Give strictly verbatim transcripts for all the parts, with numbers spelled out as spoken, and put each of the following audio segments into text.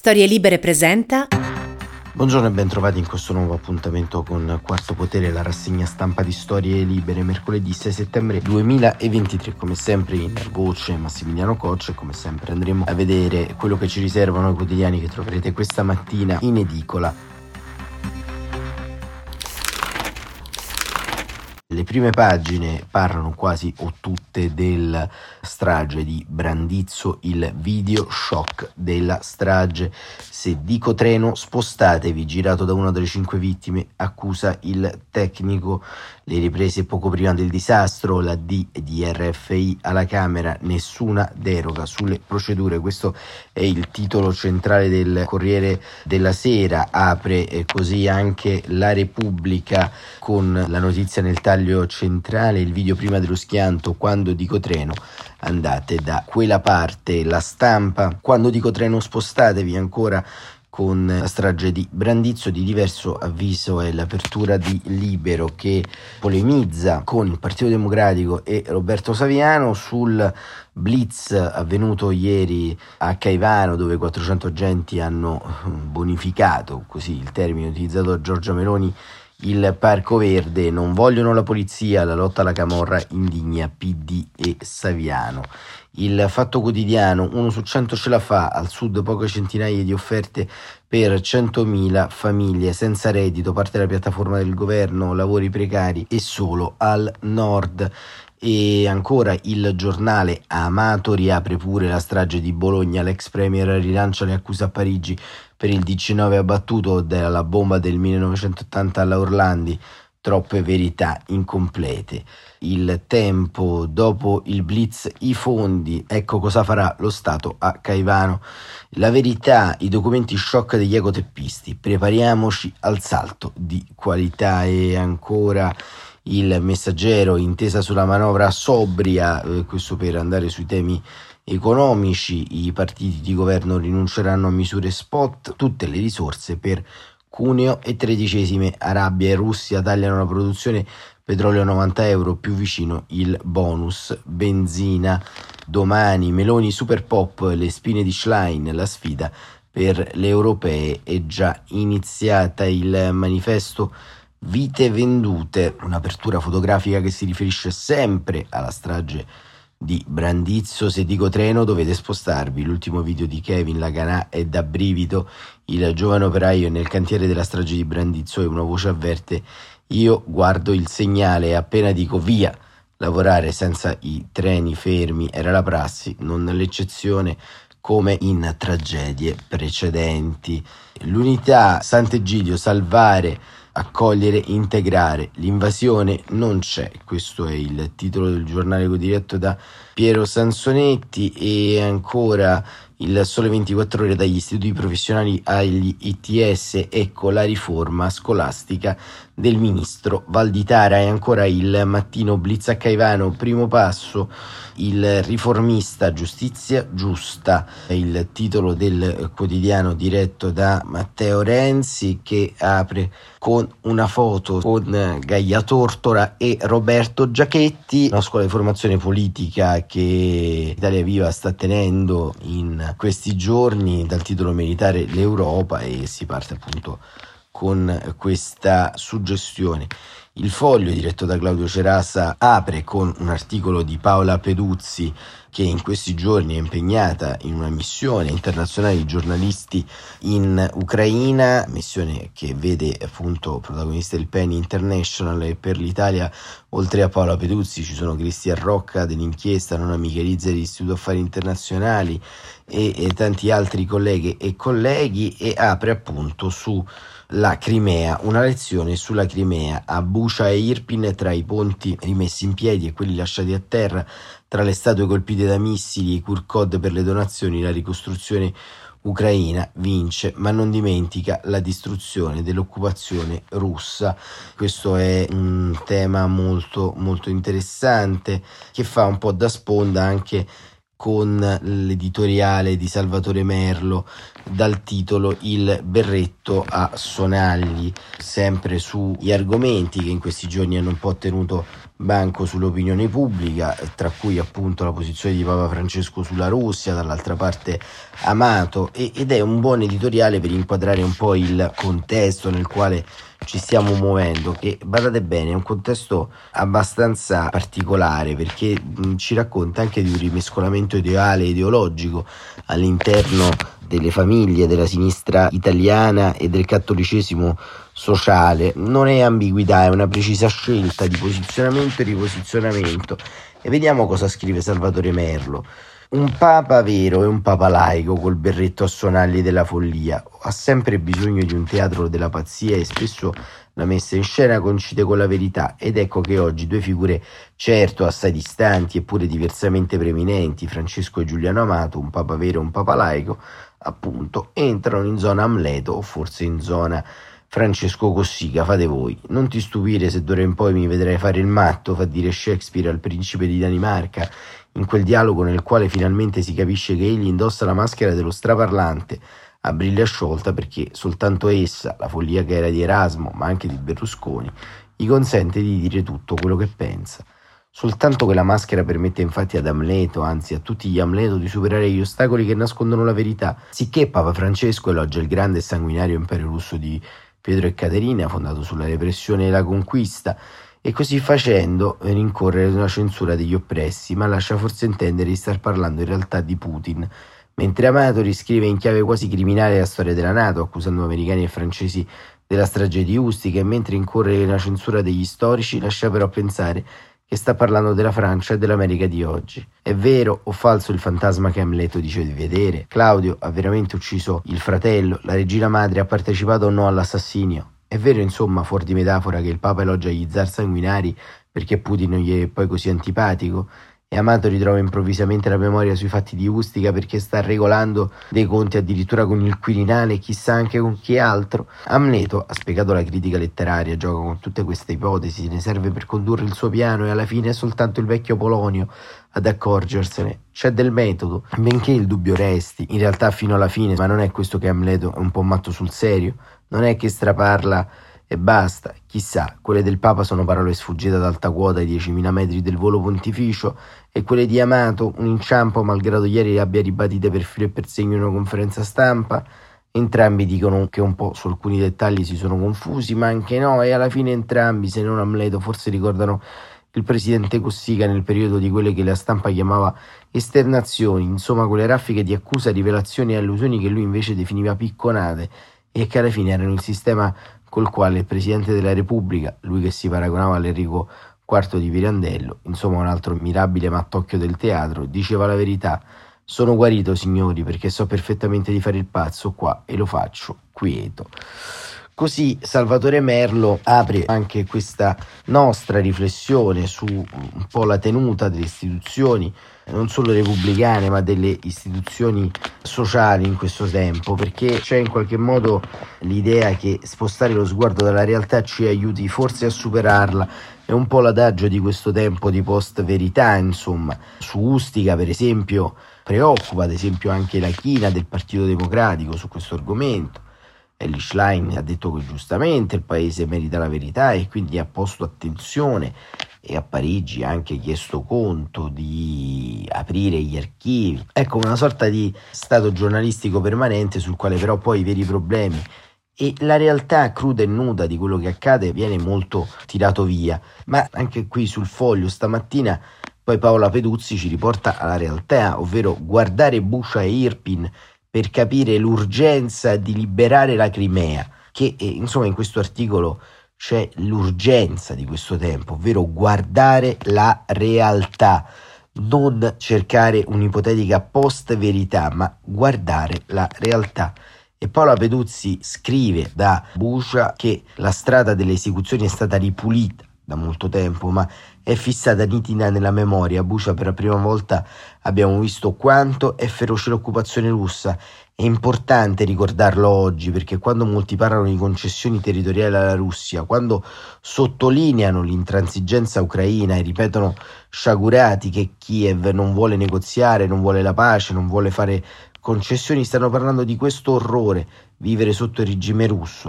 Storie Libere presenta. Buongiorno e ben trovati in questo nuovo appuntamento con Quarto Potere, la rassegna stampa di Storie Libere, mercoledì sei settembre duemilaventitré. Come sempre in voce Massimiliano Coccia e come sempre andremo a vedere quello che ci riservano i quotidiani che troverete questa mattina in edicola. Le prime pagine parlano quasi o tutte della strage di Brandizzo, il video shock della strage. Se dico treno, spostatevi, girato da una delle cinque vittime, accusa il tecnico. Le riprese poco prima del disastro, la D di R F I alla Camera, nessuna deroga sulle procedure. Questo è il titolo centrale del Corriere della Sera. Apre eh, così anche La Repubblica con la notizia nel taglio centrale: il video prima dello schianto, quando dico treno andate da quella parte. La Stampa: quando dico treno spostatevi, ancora con la strage di Brandizzo. Di diverso avviso è l'apertura di Libero, che polemizza con il Partito Democratico e Roberto Saviano sul blitz avvenuto ieri a Caivano, dove quattrocento agenti hanno bonificato, così il termine utilizzato da Giorgia Meloni, il Parco Verde. Non vogliono la polizia, la lotta alla camorra indigna P D e Saviano. Il Fatto Quotidiano: uno su cento ce la fa, al sud poche centinaia di offerte per centomila famiglie senza reddito, parte la piattaforma del governo, lavori precari e solo al nord. E ancora Il Giornale: Amato riapre pure la strage di Bologna, l'ex premier rilancia le accuse a Parigi per il diciannove abbattuto dalla bomba del millenovecentottanta alla Orlandi, troppe verità incomplete. Il Tempo: dopo il blitz i fondi, ecco cosa farà lo Stato a Caivano. La Verità: i documenti shock degli ecoteppisti, prepariamoci al salto di qualità. E ancora Il Messaggero: intesa sulla manovra sobria, eh, questo per andare sui temi economici, i partiti di governo rinunceranno a misure spot, tutte le risorse per Cuneo e tredicesime. Arabia e Russia tagliano la produzione, petrolio a novanta euro, più vicino il bonus benzina. Domani: Meloni super pop, le spine di Schlein, la sfida per le europee è già iniziata. Il Manifesto: vite vendute, un'apertura fotografica che si riferisce sempre alla strage di Brandizzo. Se dico treno dovete spostarvi, l'ultimo video di Kevin Laganà è da brivido. Il giovane operaio nel cantiere della strage di Brandizzo e una voce avverte: io guardo il segnale, appena dico via. Lavorare senza i treni fermi era la prassi, non l'eccezione, come in tragedie precedenti. L'Unità: Sant'Egidio, salvare, accogliere, integrare, l'invasione non c'è. Questo è il titolo del giornale diretto da Piero Sansonetti. E ancora Il Sole ventiquattro Ore: dagli istituti professionali agli I T S, ecco la riforma scolastica del ministro Valditara. E ancora Il Mattino: blitz a Caivano, primo passo. Il Riformista: giustizia giusta, è il titolo del quotidiano diretto da Matteo Renzi, che apre con una foto con Gaia Tortora e Roberto Giachetti, una scuola di formazione politica che Italia Viva sta tenendo in questi giorni, dal titolo militare l'Europa, e si parte appunto con questa suggestione. Il Foglio, diretto da Claudio Cerasa, apre con un articolo di Paola Peduzzi, che in questi giorni è impegnata in una missione internazionale di giornalisti in Ucraina, missione che vede appunto protagonista il Penny International. E per l'Italia, oltre a Paola Peduzzi, ci sono Cristian Rocca dell'inchiesta Nona Michelizza dell'Istituto Affari Internazionali e, e tanti altri colleghe e colleghi. E apre appunto su la Crimea, una lezione sulla Crimea, a Bucha e Irpin, tra i ponti rimessi in piedi e quelli lasciati a terra, tra le statue colpite da missili e i Q R code per le donazioni, la ricostruzione ucraina vince, ma non dimentica la distruzione dell'occupazione russa. Questo è un tema molto molto interessante, che fa un po' da sponda anche con l'editoriale di Salvatore Merlo dal titolo Il berretto a sonagli, sempre sugli argomenti che in questi giorni hanno un po' tenuto banco sull'opinione pubblica, tra cui appunto la posizione di Papa Francesco sulla Russia, dall'altra parte Amato, ed è un buon editoriale per inquadrare un po' il contesto nel quale ci stiamo muovendo, che badate bene è un contesto abbastanza particolare, perché mh, ci racconta anche di un rimescolamento ideale e ideologico all'interno delle famiglie della sinistra italiana e del cattolicesimo sociale. Non è ambiguità, è una precisa scelta di posizionamento e riposizionamento. E vediamo cosa scrive Salvatore Merlo. Un papa vero è un papa laico col berretto a sonagli della follia, ha sempre bisogno di un teatro della pazzia e spesso la messa in scena coincide con la verità, ed ecco che oggi due figure certo assai distanti eppure diversamente preeminenti, Francesco e Giuliano Amato, un papa vero e un papa laico, appunto, entrano in zona Amleto o forse in zona Francesco Cossiga, fate voi. Non ti stupire se d'ora in poi mi vedrai fare il matto, fa dire Shakespeare al principe di Danimarca, in quel dialogo nel quale finalmente si capisce che egli indossa la maschera dello straparlante a briglia sciolta, perché soltanto essa, la follia che era di Erasmo, ma anche di Berlusconi, gli consente di dire tutto quello che pensa. Soltanto quella maschera permette infatti ad Amleto, anzi a tutti gli Amleto, di superare gli ostacoli che nascondono la verità, sicché Papa Francesco elogia il grande e sanguinario impero russo di Pietro e Caterina, fondato sulla repressione e la conquista, e così facendo rincorre una censura degli oppressi, ma lascia forse intendere di star parlando in realtà di Putin, mentre Amato riscrive in chiave quasi criminale la storia della NATO, accusando americani e francesi della strage di Ustica, e mentre incorre una censura degli storici lascia però pensare che sta parlando della Francia e dell'America di oggi. È vero o falso il fantasma che Amleto dice di vedere? Claudio ha veramente ucciso il fratello? La regina madre ha partecipato o no all'assassinio? È vero, insomma, fuor di metafora, che il Papa elogia gli zar sanguinari perché Putin non gli è poi così antipatico? E Amato ritrova improvvisamente la memoria sui fatti di Ustica perché sta regolando dei conti addirittura con il Quirinale e chissà anche con chi altro? Amleto ha spiegato la critica letteraria, gioca con tutte queste ipotesi, ne serve per condurre il suo piano e alla fine è soltanto il vecchio Polonio ad accorgersene. C'è del metodo, benché il dubbio resti, in realtà fino alla fine, ma non è questo che Amleto è un po' matto sul serio? Non è che straparla e basta? Chissà, quelle del Papa sono parole sfuggite ad alta quota ai diecimila metri del volo pontificio, e quelle di Amato un inciampo, malgrado ieri le abbia ribadite per filo e per segno in una conferenza stampa. Entrambi dicono che un po' su alcuni dettagli si sono confusi, ma anche no, e alla fine entrambi, se non Amleto, forse ricordano il presidente Cossiga nel periodo di quelle che la stampa chiamava esternazioni, insomma quelle raffiche di accusa, rivelazioni e allusioni che lui invece definiva picconate, e che alla fine erano il sistema col quale il Presidente della Repubblica, lui che si paragonava all'Enrico quarto di Pirandello, insomma un altro mirabile mattocchio del teatro, diceva la verità. Sono guarito, signori, perché so perfettamente di fare il pazzo qua e lo faccio quieto. Così Salvatore Merlo apre anche questa nostra riflessione su un po' la tenuta delle istituzioni, non solo repubblicane, ma delle istituzioni sociali in questo tempo, perché c'è in qualche modo l'idea che spostare lo sguardo dalla realtà ci aiuti forse a superarla. È un po' l'adagio di questo tempo di post-verità, insomma. Su Ustica, per esempio, preoccupa ad esempio anche la china del Partito Democratico su questo argomento. Elly Schlein ha detto che giustamente il paese merita la verità e quindi ha posto attenzione, e a Parigi ha anche chiesto conto di aprire gli archivi. Ecco, una sorta di stato giornalistico permanente sul quale però poi i veri problemi e la realtà cruda e nuda di quello che accade viene molto tirato via. Ma anche qui sul Foglio stamattina poi Paola Peduzzi ci riporta alla realtà, ovvero guardare Bucha e Irpin per capire l'urgenza di liberare la Crimea, che eh, insomma in questo articolo c'è l'urgenza di questo tempo, ovvero guardare la realtà, non cercare un'ipotetica post-verità, ma guardare la realtà. E Paola Peduzzi scrive da Bucha che la strada delle esecuzioni è stata ripulita da molto tempo, ma è fissata nitida nella memoria. A Bucha per la prima volta abbiamo visto quanto è feroce l'occupazione russa. È importante ricordarlo oggi, perché quando molti parlano di concessioni territoriali alla Russia, quando sottolineano l'intransigenza ucraina e ripetono sciagurati che Kiev non vuole negoziare, non vuole la pace, non vuole fare concessioni, stanno parlando di questo orrore, vivere sotto il regime russo.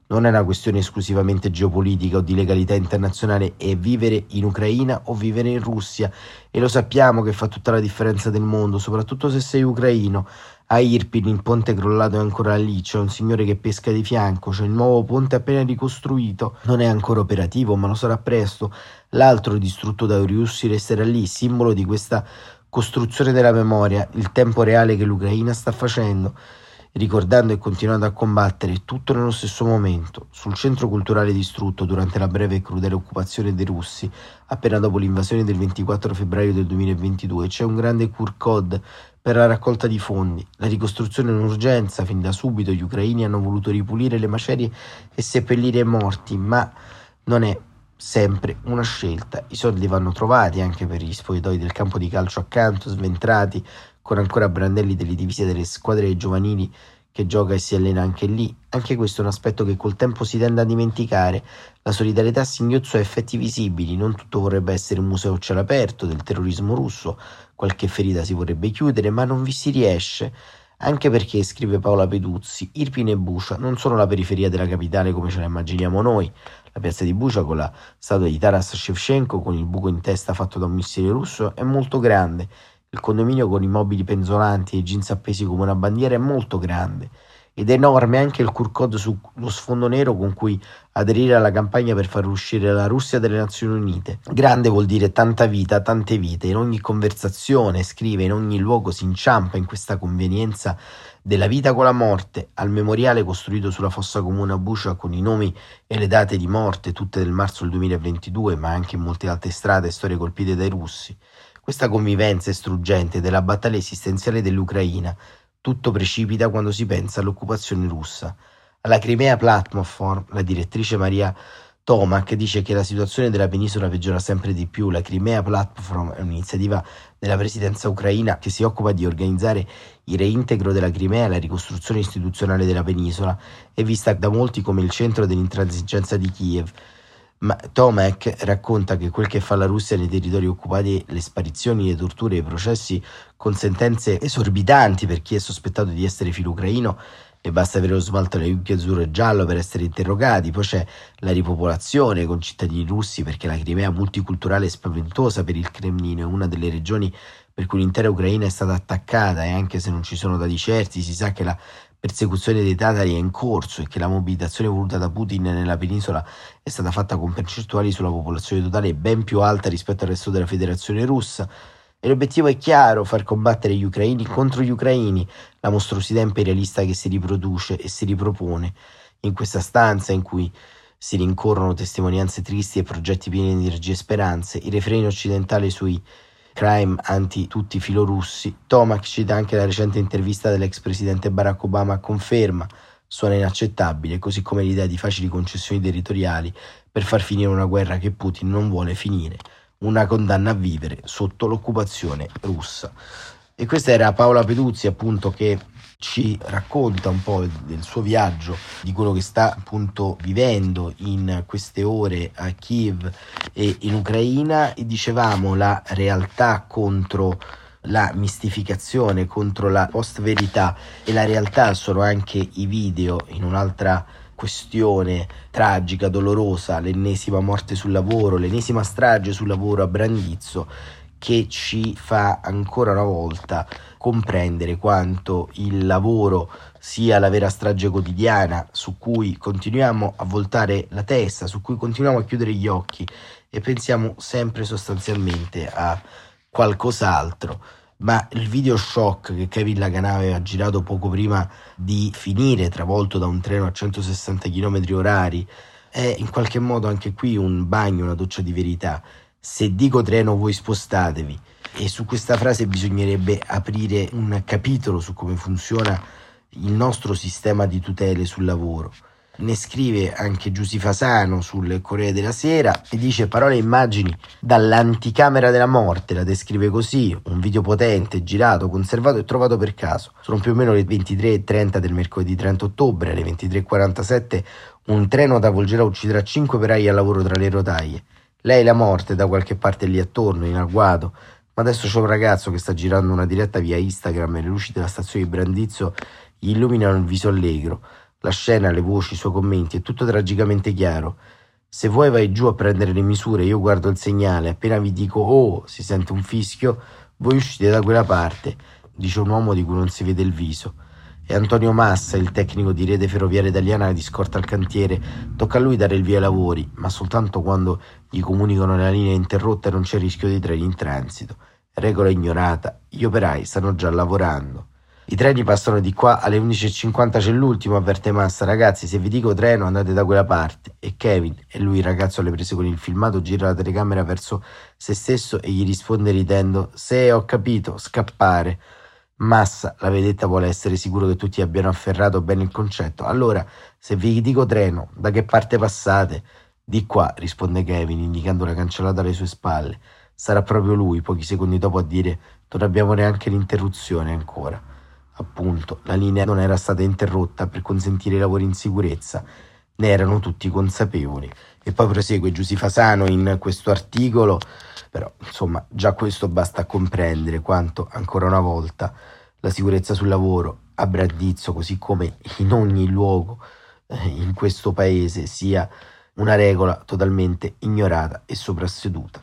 Non è una questione esclusivamente geopolitica o di legalità internazionale, è vivere in Ucraina o vivere in Russia, e lo sappiamo che fa tutta la differenza del mondo, soprattutto se sei ucraino. A Irpin il ponte crollato è ancora lì, c'è un signore che pesca di fianco, c'è il nuovo ponte appena ricostruito, non è ancora operativo ma lo sarà presto, l'altro distrutto dai russi resterà lì, simbolo di questa costruzione della memoria, il tempo reale che l'Ucraina sta facendo, ricordando e continuando a combattere tutto nello stesso momento. Sul centro culturale distrutto durante la breve e crudele occupazione dei russi, appena dopo l'invasione del ventiquattro febbraio del duemilaventidue, c'è un grande Q R code per la raccolta di fondi. La ricostruzione è un'urgenza, fin da subito gli ucraini hanno voluto ripulire le macerie e seppellire i morti, ma non è sempre una scelta. I soldi vanno trovati anche per gli spogliatoi del campo di calcio accanto, sventrati, con ancora brandelli delle divise delle squadre giovanili che gioca e si allena anche lì. Anche questo è un aspetto che col tempo si tende a dimenticare. La solidarietà singhiozzo ha effetti visibili, non tutto vorrebbe essere un museo a cielo aperto del terrorismo russo, qualche ferita si vorrebbe chiudere, ma non vi si riesce. Anche perché, scrive Paola Peduzzi, Irpin e Bucha non sono la periferia della capitale come ce la immaginiamo noi. La piazza di Bucha con la statua di Taras Shevchenko con il buco in testa fatto da un missile russo è molto grande. Il condominio con i mobili penzolanti e i jeans appesi come una bandiera è molto grande. Ed è enorme anche il Q R code sullo sfondo nero con cui aderire alla campagna per far uscire la Russia dalle Nazioni Unite. Grande vuol dire tanta vita, tante vite. In ogni conversazione, scrive, in ogni luogo si inciampa in questa convenienza della vita con la morte. Al memoriale costruito sulla fossa comune a Bucha con i nomi e le date di morte, tutte del marzo del duemilaventidue, ma anche in molte altre strade e storie colpite dai russi. Questa convivenza è struggente della battaglia esistenziale dell'Ucraina. Tutto precipita quando si pensa all'occupazione russa. Alla Crimea Platform, la direttrice Maria Tomac dice che la situazione della penisola peggiora sempre di più. La Crimea Platform è un'iniziativa della presidenza ucraina che si occupa di organizzare il reintegro della Crimea e la ricostruzione istituzionale della penisola. È vista da molti come il centro dell'intransigenza di Kiev. Ma Tomac racconta che quel che fa la Russia nei territori occupati, le sparizioni, le torture e i processi con sentenze esorbitanti per chi è sospettato di essere filo ucraino, e basta avere lo smalto alle unghie azzurro e giallo per essere interrogati. Poi c'è la ripopolazione con cittadini russi, perché la Crimea multiculturale è spaventosa per il Cremlino, è una delle regioni per cui l'intera Ucraina è stata attaccata, e anche se non ci sono dati certi si sa che la persecuzione dei tatari è in corso e che la mobilitazione voluta da Putin nella penisola è stata fatta con percentuali sulla popolazione totale ben più alta rispetto al resto della Federazione Russa. E l'obiettivo è chiaro: far combattere gli ucraini contro gli ucraini, la mostruosità imperialista che si riproduce e si ripropone in questa stanza in cui si rincorrono testimonianze tristi e progetti pieni di energie e speranze. Il refrain occidentale sui crime anti tutti filorussi. Tomac cita anche la recente intervista dell'ex presidente Barack Obama a conferma: suona inaccettabile, così come l'idea di facili concessioni territoriali per far finire una guerra che Putin non vuole finire, una condanna a vivere sotto l'occupazione russa. E questa era Paola Peduzzi, appunto, che ci racconta un po' del suo viaggio, di quello che sta appunto vivendo in queste ore a Kiev e in Ucraina. E dicevamo, la realtà contro la mistificazione, contro la post-verità, e la realtà sono anche i video in un'altra questione tragica, dolorosa, l'ennesima morte sul lavoro, l'ennesima strage sul lavoro a Brandizzo, che ci fa ancora una volta comprendere quanto il lavoro sia la vera strage quotidiana su cui continuiamo a voltare la testa, su cui continuiamo a chiudere gli occhi e pensiamo sempre sostanzialmente a qualcos'altro. Ma il video shock che Kevin Laganà aveva girato poco prima di finire, travolto da un treno a centosessanta chilometri orari, è in qualche modo anche qui un bagno, una doccia di verità. Se dico treno voi spostatevi. E su questa frase bisognerebbe aprire un capitolo su come funziona il nostro sistema di tutele sul lavoro. Ne scrive anche Giusy Fasano sul Corriere della Sera e dice: parole e immagini dall'anticamera della morte, la descrive così: un video potente, girato, conservato e trovato per caso. Sono più o meno le ventitré e trenta del mercoledì trenta ottobre. Alle ventitré e quarantasette un treno da Volgera ucciderà cinque operai al lavoro tra le rotaie. Lei la morte da qualche parte lì attorno, in agguato. Ma adesso c'è un ragazzo che sta girando una diretta via Instagram e le luci della stazione di Brandizzo gli illuminano il viso allegro. La scena, le voci, i suoi commenti, è tutto tragicamente chiaro. Se voi vai giù a prendere le misure, io guardo il segnale, appena vi dico "oh", si sente un fischio, voi uscite da quella parte, dice un uomo di cui non si vede il viso. È Antonio Massa, il tecnico di Rete Ferroviaria Italiana di scorta al cantiere. Tocca a lui dare il via ai lavori, ma soltanto quando gli comunicano la linea interrotta e non c'è il rischio di treni in transito. Regola ignorata, gli operai stanno già lavorando. I treni passano di qua, alle undici e cinquanta c'è l'ultimo, avverte Massa. Ragazzi, se vi dico treno andate da quella parte. E Kevin, e lui il ragazzo alle prese con il filmato, gira la telecamera verso se stesso e gli risponde ridendo: se ho capito, scappare. Massa, la vedetta, vuole essere sicuro che tutti abbiano afferrato bene il concetto. Allora, se vi dico treno, da che parte passate? Di qua, risponde Kevin, indicando la cancellata alle sue spalle. Sarà proprio lui, pochi secondi dopo, a dire: non abbiamo neanche l'interruzione ancora. Appunto, la linea non era stata interrotta per consentire i lavori in sicurezza, ne erano tutti consapevoli. E poi prosegue Giusy Fasano in questo articolo, però insomma già questo basta a comprendere quanto, ancora una volta, la sicurezza sul lavoro a Brandizzo, così come in ogni luogo eh, in questo paese, sia una regola totalmente ignorata e soprasseduta.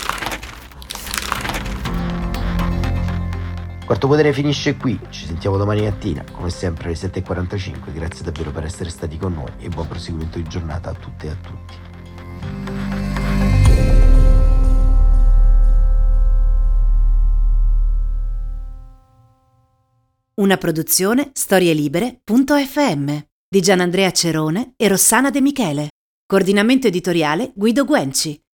Quarto Potere finisce qui, ci sentiamo domani mattina, come sempre alle sette e quarantacinque. Grazie davvero per essere stati con noi e buon proseguimento di giornata a tutte e a tutti. Una produzione storielibere punto effe emme di Gianandrea Cerone e Rossana De Michele. Coordinamento editoriale Guido Guenci.